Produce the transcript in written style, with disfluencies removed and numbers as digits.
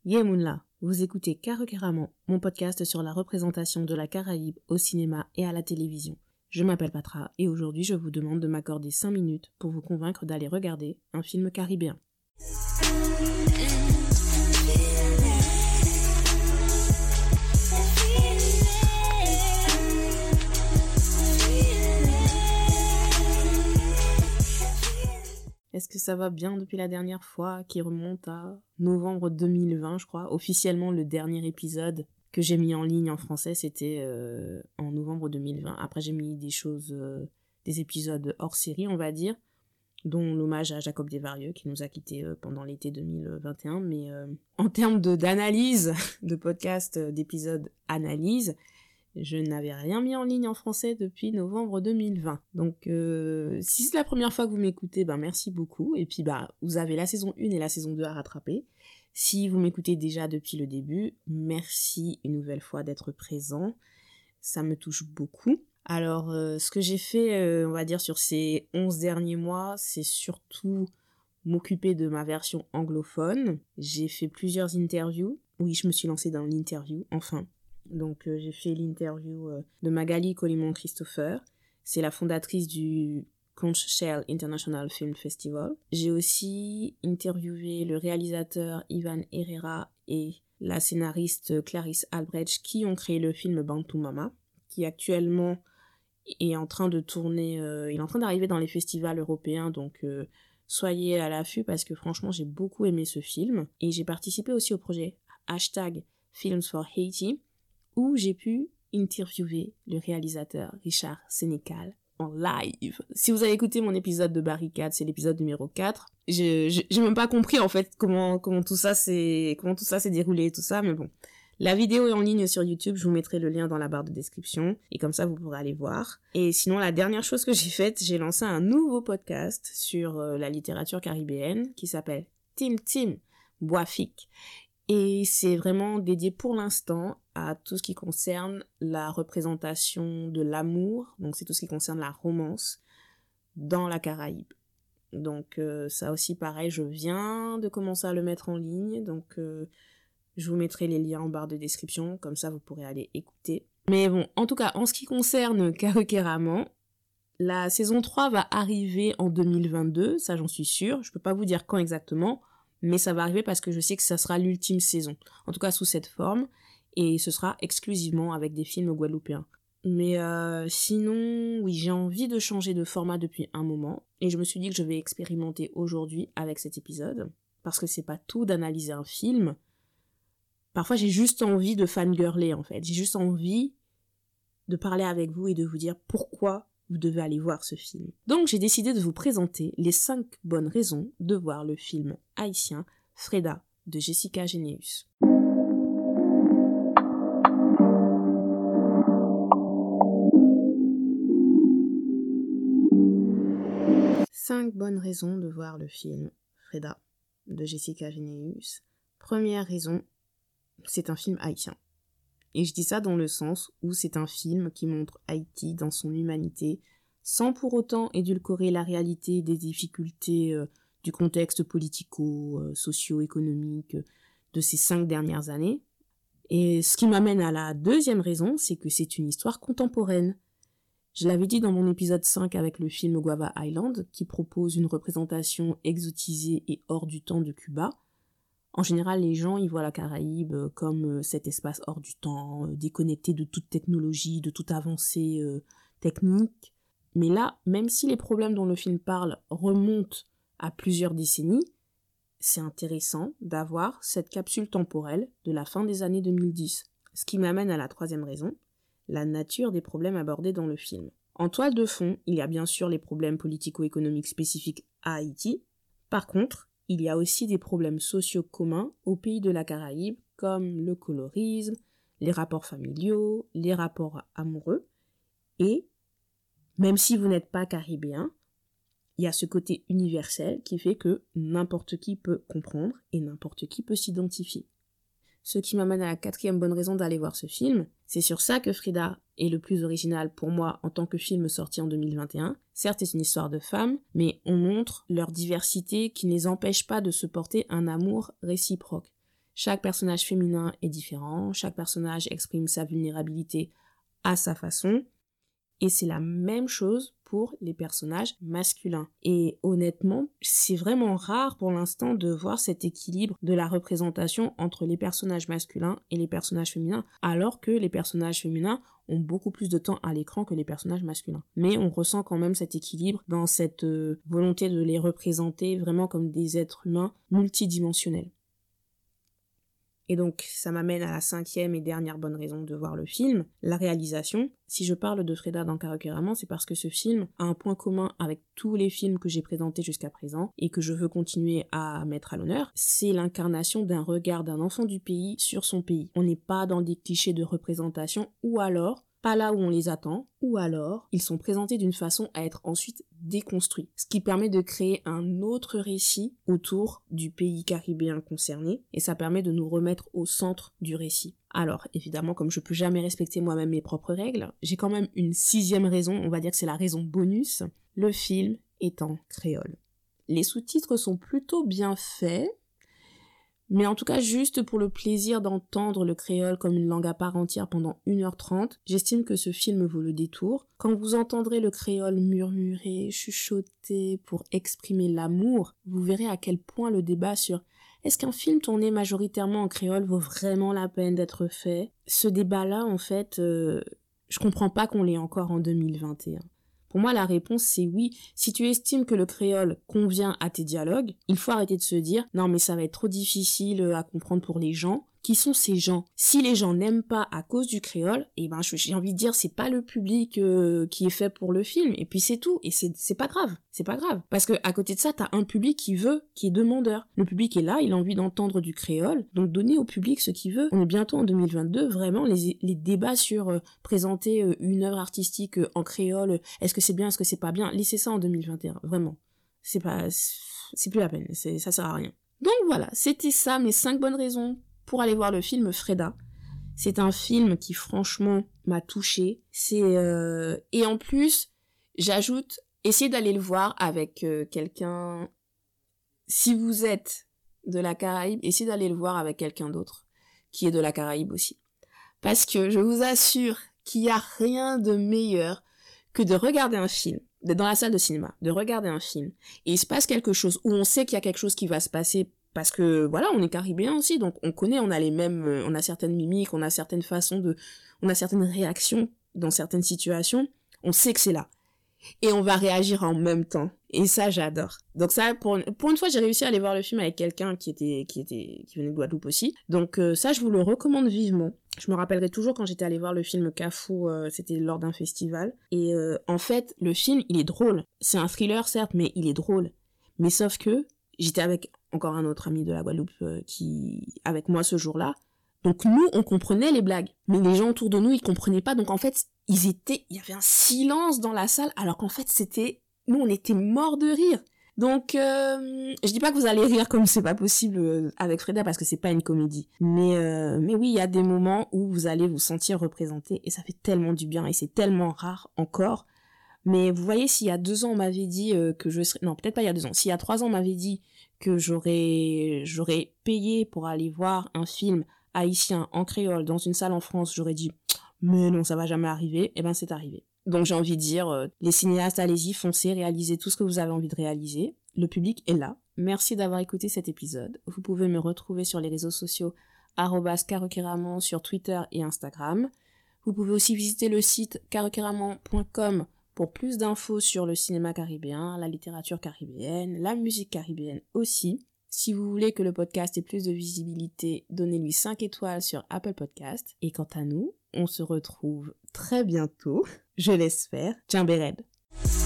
Yemunla, vous écoutez Karukeramon, mon podcast sur la représentation de la Caraïbe au cinéma et à la télévision. Je m'appelle Patra et aujourd'hui je vous demande de m'accorder 5 minutes pour vous convaincre d'aller regarder un film caribéen. Est-ce que ça va bien depuis la dernière fois, qui remonte à novembre 2020, je crois. Officiellement, le dernier épisode que j'ai mis en ligne en français, c'était en novembre 2020. Après, j'ai mis des épisodes hors série, on va dire, dont l'hommage à Jacob Desvarieux, qui nous a quittés pendant l'été 2021. Mais en termes d'analyse, de podcast, d'épisodes analyse, je n'avais rien mis en ligne en français depuis novembre 2020. Donc, si c'est la première fois que vous m'écoutez, merci beaucoup. Et puis, vous avez la saison 1 et la saison 2 à rattraper. Si vous m'écoutez déjà depuis le début, merci une nouvelle fois d'être présent. Ça me touche beaucoup. Alors, ce que j'ai fait, on va dire, sur ces 11 derniers mois, c'est surtout m'occuper de ma version anglophone. J'ai fait plusieurs interviews. Oui, je me suis lancée dans l'interview, enfin. Donc j'ai fait l'interview de Magali Colimon-Christopher, c'est la fondatrice du Conch Shell International Film Festival. J'ai aussi interviewé le réalisateur Ivan Herrera et la scénariste Clarice Albrecht qui ont créé le film Bantu Mama, qui actuellement est en train de tourner, il est en train d'arriver dans les festivals européens, donc soyez à l'affût parce que franchement j'ai beaucoup aimé ce film. Et j'ai participé aussi au projet #Films for Haiti, où j'ai pu interviewer le réalisateur Richard Sénécal en live. Si vous avez écouté mon épisode de Barricade, c'est l'épisode numéro 4. J'ai même pas compris en fait comment tout ça s'est déroulé et tout ça, mais bon. La vidéo est en ligne sur YouTube, je vous mettrai le lien dans la barre de description et comme ça vous pourrez aller voir. Et sinon la dernière chose que j'ai faite, j'ai lancé un nouveau podcast sur la littérature caribéenne qui s'appelle Tim Boafik. Et c'est vraiment dédié pour l'instant à tout ce qui concerne la représentation de l'amour, donc c'est tout ce qui concerne la romance dans la Caraïbe. Donc ça aussi pareil, je viens de commencer à le mettre en ligne, donc je vous mettrai les liens en barre de description, comme ça vous pourrez aller écouter. Mais bon, en tout cas, en ce qui concerne Karukeramon, la saison 3 va arriver en 2022, ça j'en suis sûre, je peux pas vous dire quand exactement, mais ça va arriver parce que je sais que ça sera l'ultime saison, en tout cas sous cette forme, et ce sera exclusivement avec des films guadeloupéens. Mais sinon, oui, j'ai envie de changer de format depuis un moment, et je me suis dit que je vais expérimenter aujourd'hui avec cet épisode, parce que c'est pas tout d'analyser un film. Parfois j'ai juste envie de fangirler en fait, j'ai juste envie de parler avec vous et de vous dire pourquoi vous devez aller voir ce film. Donc j'ai décidé de vous présenter les 5 bonnes raisons de voir le film haïtien Freda de Jessica Généus. Cinq bonnes raisons de voir le film Freda de Jessica Généus. Première raison, c'est un film haïtien. Et je dis ça dans le sens où c'est un film qui montre Haïti dans son humanité, sans pour autant édulcorer la réalité des difficultés du contexte politico-socio-économique de ces 5 dernières années. Et ce qui m'amène à la deuxième raison, c'est que c'est une histoire contemporaine. Je l'avais dit dans mon épisode 5 avec le film Guava Island, qui propose une représentation exotisée et hors du temps de Cuba. En général, les gens y voient la Caraïbe comme cet espace hors du temps, déconnecté de toute technologie, de toute avancée technique. Mais là, même si les problèmes dont le film parle remontent à plusieurs décennies, c'est intéressant d'avoir cette capsule temporelle de la fin des années 2010. Ce qui m'amène à la troisième raison, la nature des problèmes abordés dans le film. En toile de fond, il y a bien sûr les problèmes politico-économiques spécifiques à Haïti. Par contre, il y a aussi des problèmes sociaux communs aux pays de la Caraïbe, comme le colorisme, les rapports familiaux, les rapports amoureux. Et, même si vous n'êtes pas caribéen, il y a ce côté universel qui fait que n'importe qui peut comprendre et n'importe qui peut s'identifier. Ce qui m'amène à la 4e bonne raison d'aller voir ce film, c'est sur ça que Freda est le plus original pour moi en tant que film sorti en 2021. Certes, c'est une histoire de femmes, mais on montre leur diversité qui ne les empêche pas de se porter un amour réciproque. Chaque personnage féminin est différent, chaque personnage exprime sa vulnérabilité à sa façon, et c'est la même chose pour les personnages masculins. Et honnêtement, c'est vraiment rare pour l'instant de voir cet équilibre de la représentation entre les personnages masculins et les personnages féminins, alors que les personnages féminins ont beaucoup plus de temps à l'écran que les personnages masculins. Mais on ressent quand même cet équilibre dans cette volonté de les représenter vraiment comme des êtres humains multidimensionnels. Et donc, ça m'amène à la 5e et dernière bonne raison de voir le film, la réalisation. Si je parle de Freda dans Karukeramon, c'est parce que ce film a un point commun avec tous les films que j'ai présentés jusqu'à présent et que je veux continuer à mettre à l'honneur. C'est l'incarnation d'un regard d'un enfant du pays sur son pays. On n'est pas dans des clichés de représentation ou alors pas là où on les attend, ou alors ils sont présentés d'une façon à être ensuite déconstruits, ce qui permet de créer un autre récit autour du pays caribéen concerné, et ça permet de nous remettre au centre du récit. Alors, évidemment, comme je peux jamais respecter moi-même mes propres règles, j'ai quand même une 6e raison, on va dire que c'est la raison bonus, le film est en créole. Les sous-titres sont plutôt bien faits, mais en tout cas, juste pour le plaisir d'entendre le créole comme une langue à part entière pendant 1h30, j'estime que ce film vaut le détour. Quand vous entendrez le créole murmurer, chuchoter pour exprimer l'amour, vous verrez à quel point le débat sur est-ce qu'un film tourné majoritairement en créole vaut vraiment la peine d'être fait? Ce débat-là, en fait, je comprends pas qu'on l'ait encore en 2021. Pour moi, la réponse, c'est oui. Si tu estimes que le créole convient à tes dialogues, il faut arrêter de se dire « Non, mais ça va être trop difficile à comprendre pour les gens ». Qui sont ces gens? Si les gens n'aiment pas à cause du créole, eh ben j'ai envie de dire c'est pas le public qui est fait pour le film, et puis c'est tout, et c'est pas grave, c'est pas grave, parce que à côté de ça t'as un public qui est demandeur. Le public est là, il a envie d'entendre du créole, donc donnez au public ce qu'il veut. On est bientôt en 2022, vraiment les débats sur présenter une œuvre artistique en créole, est-ce que c'est bien, est-ce que c'est pas bien, laissez ça en 2021, vraiment. C'est plus la peine, ça sert à rien. Donc voilà, c'était ça mes 5 bonnes raisons pour aller voir le film Freda. C'est un film qui franchement m'a touchée. Et en plus, j'ajoute, essayez d'aller le voir avec quelqu'un. Si vous êtes de la Caraïbe, essayez d'aller le voir avec quelqu'un d'autre qui est de la Caraïbe aussi. Parce que je vous assure qu'il n'y a rien de meilleur que de regarder un film, dans la salle de cinéma, de regarder un film, et il se passe quelque chose, où on sait qu'il y a quelque chose qui va se passer, parce que voilà, on est caribéen aussi, donc on connaît, on a les mêmes, on a certaines mimiques, on a certaines façons on a certaines réactions dans certaines situations, on sait que c'est là. Et on va réagir en même temps. Et ça, j'adore. Donc ça, pour une fois, j'ai réussi à aller voir le film avec quelqu'un qui venait de Guadeloupe aussi. Donc ça, je vous le recommande vivement. Je me rappellerai toujours quand j'étais allée voir le film Cafou, c'était lors d'un festival. Et en fait, le film, il est drôle. C'est un thriller, certes, mais il est drôle. Mais sauf que j'étais avec encore un autre ami de la Guadeloupe avec moi ce jour-là. Donc nous, on comprenait les blagues. Mais les gens autour de nous, ils comprenaient pas. Donc en fait, il y avait un silence dans la salle, alors qu'en fait, nous, on était morts de rire. Donc, je dis pas que vous allez rire comme c'est pas possible avec Freda, parce que c'est pas une comédie. Mais oui, il y a des moments où vous allez vous sentir représenté, et ça fait tellement du bien, et c'est tellement rare encore. Mais vous voyez, s'il y a 2 ans, on m'avait dit que je serais... Non, peut-être pas il y a 2 ans. S'il y a 3 ans, on m'avait dit que j'aurais payé pour aller voir un film haïtien en créole dans une salle en France, j'aurais dit « Mais non, ça va jamais arriver. » Eh ben, c'est arrivé. Donc j'ai envie de dire, les cinéastes, allez-y, foncez, réalisez tout ce que vous avez envie de réaliser. Le public est là. Merci d'avoir écouté cet épisode. Vous pouvez me retrouver sur les réseaux sociaux @karukeramon sur Twitter et Instagram. Vous pouvez aussi visiter le site karukeramon.com pour plus d'infos sur le cinéma caribéen, la littérature caribéenne, la musique caribéenne aussi. Si vous voulez que le podcast ait plus de visibilité, donnez-lui 5 étoiles sur Apple Podcast. Et quant à nous, on se retrouve très bientôt, je l'espère. Tiens, Béred.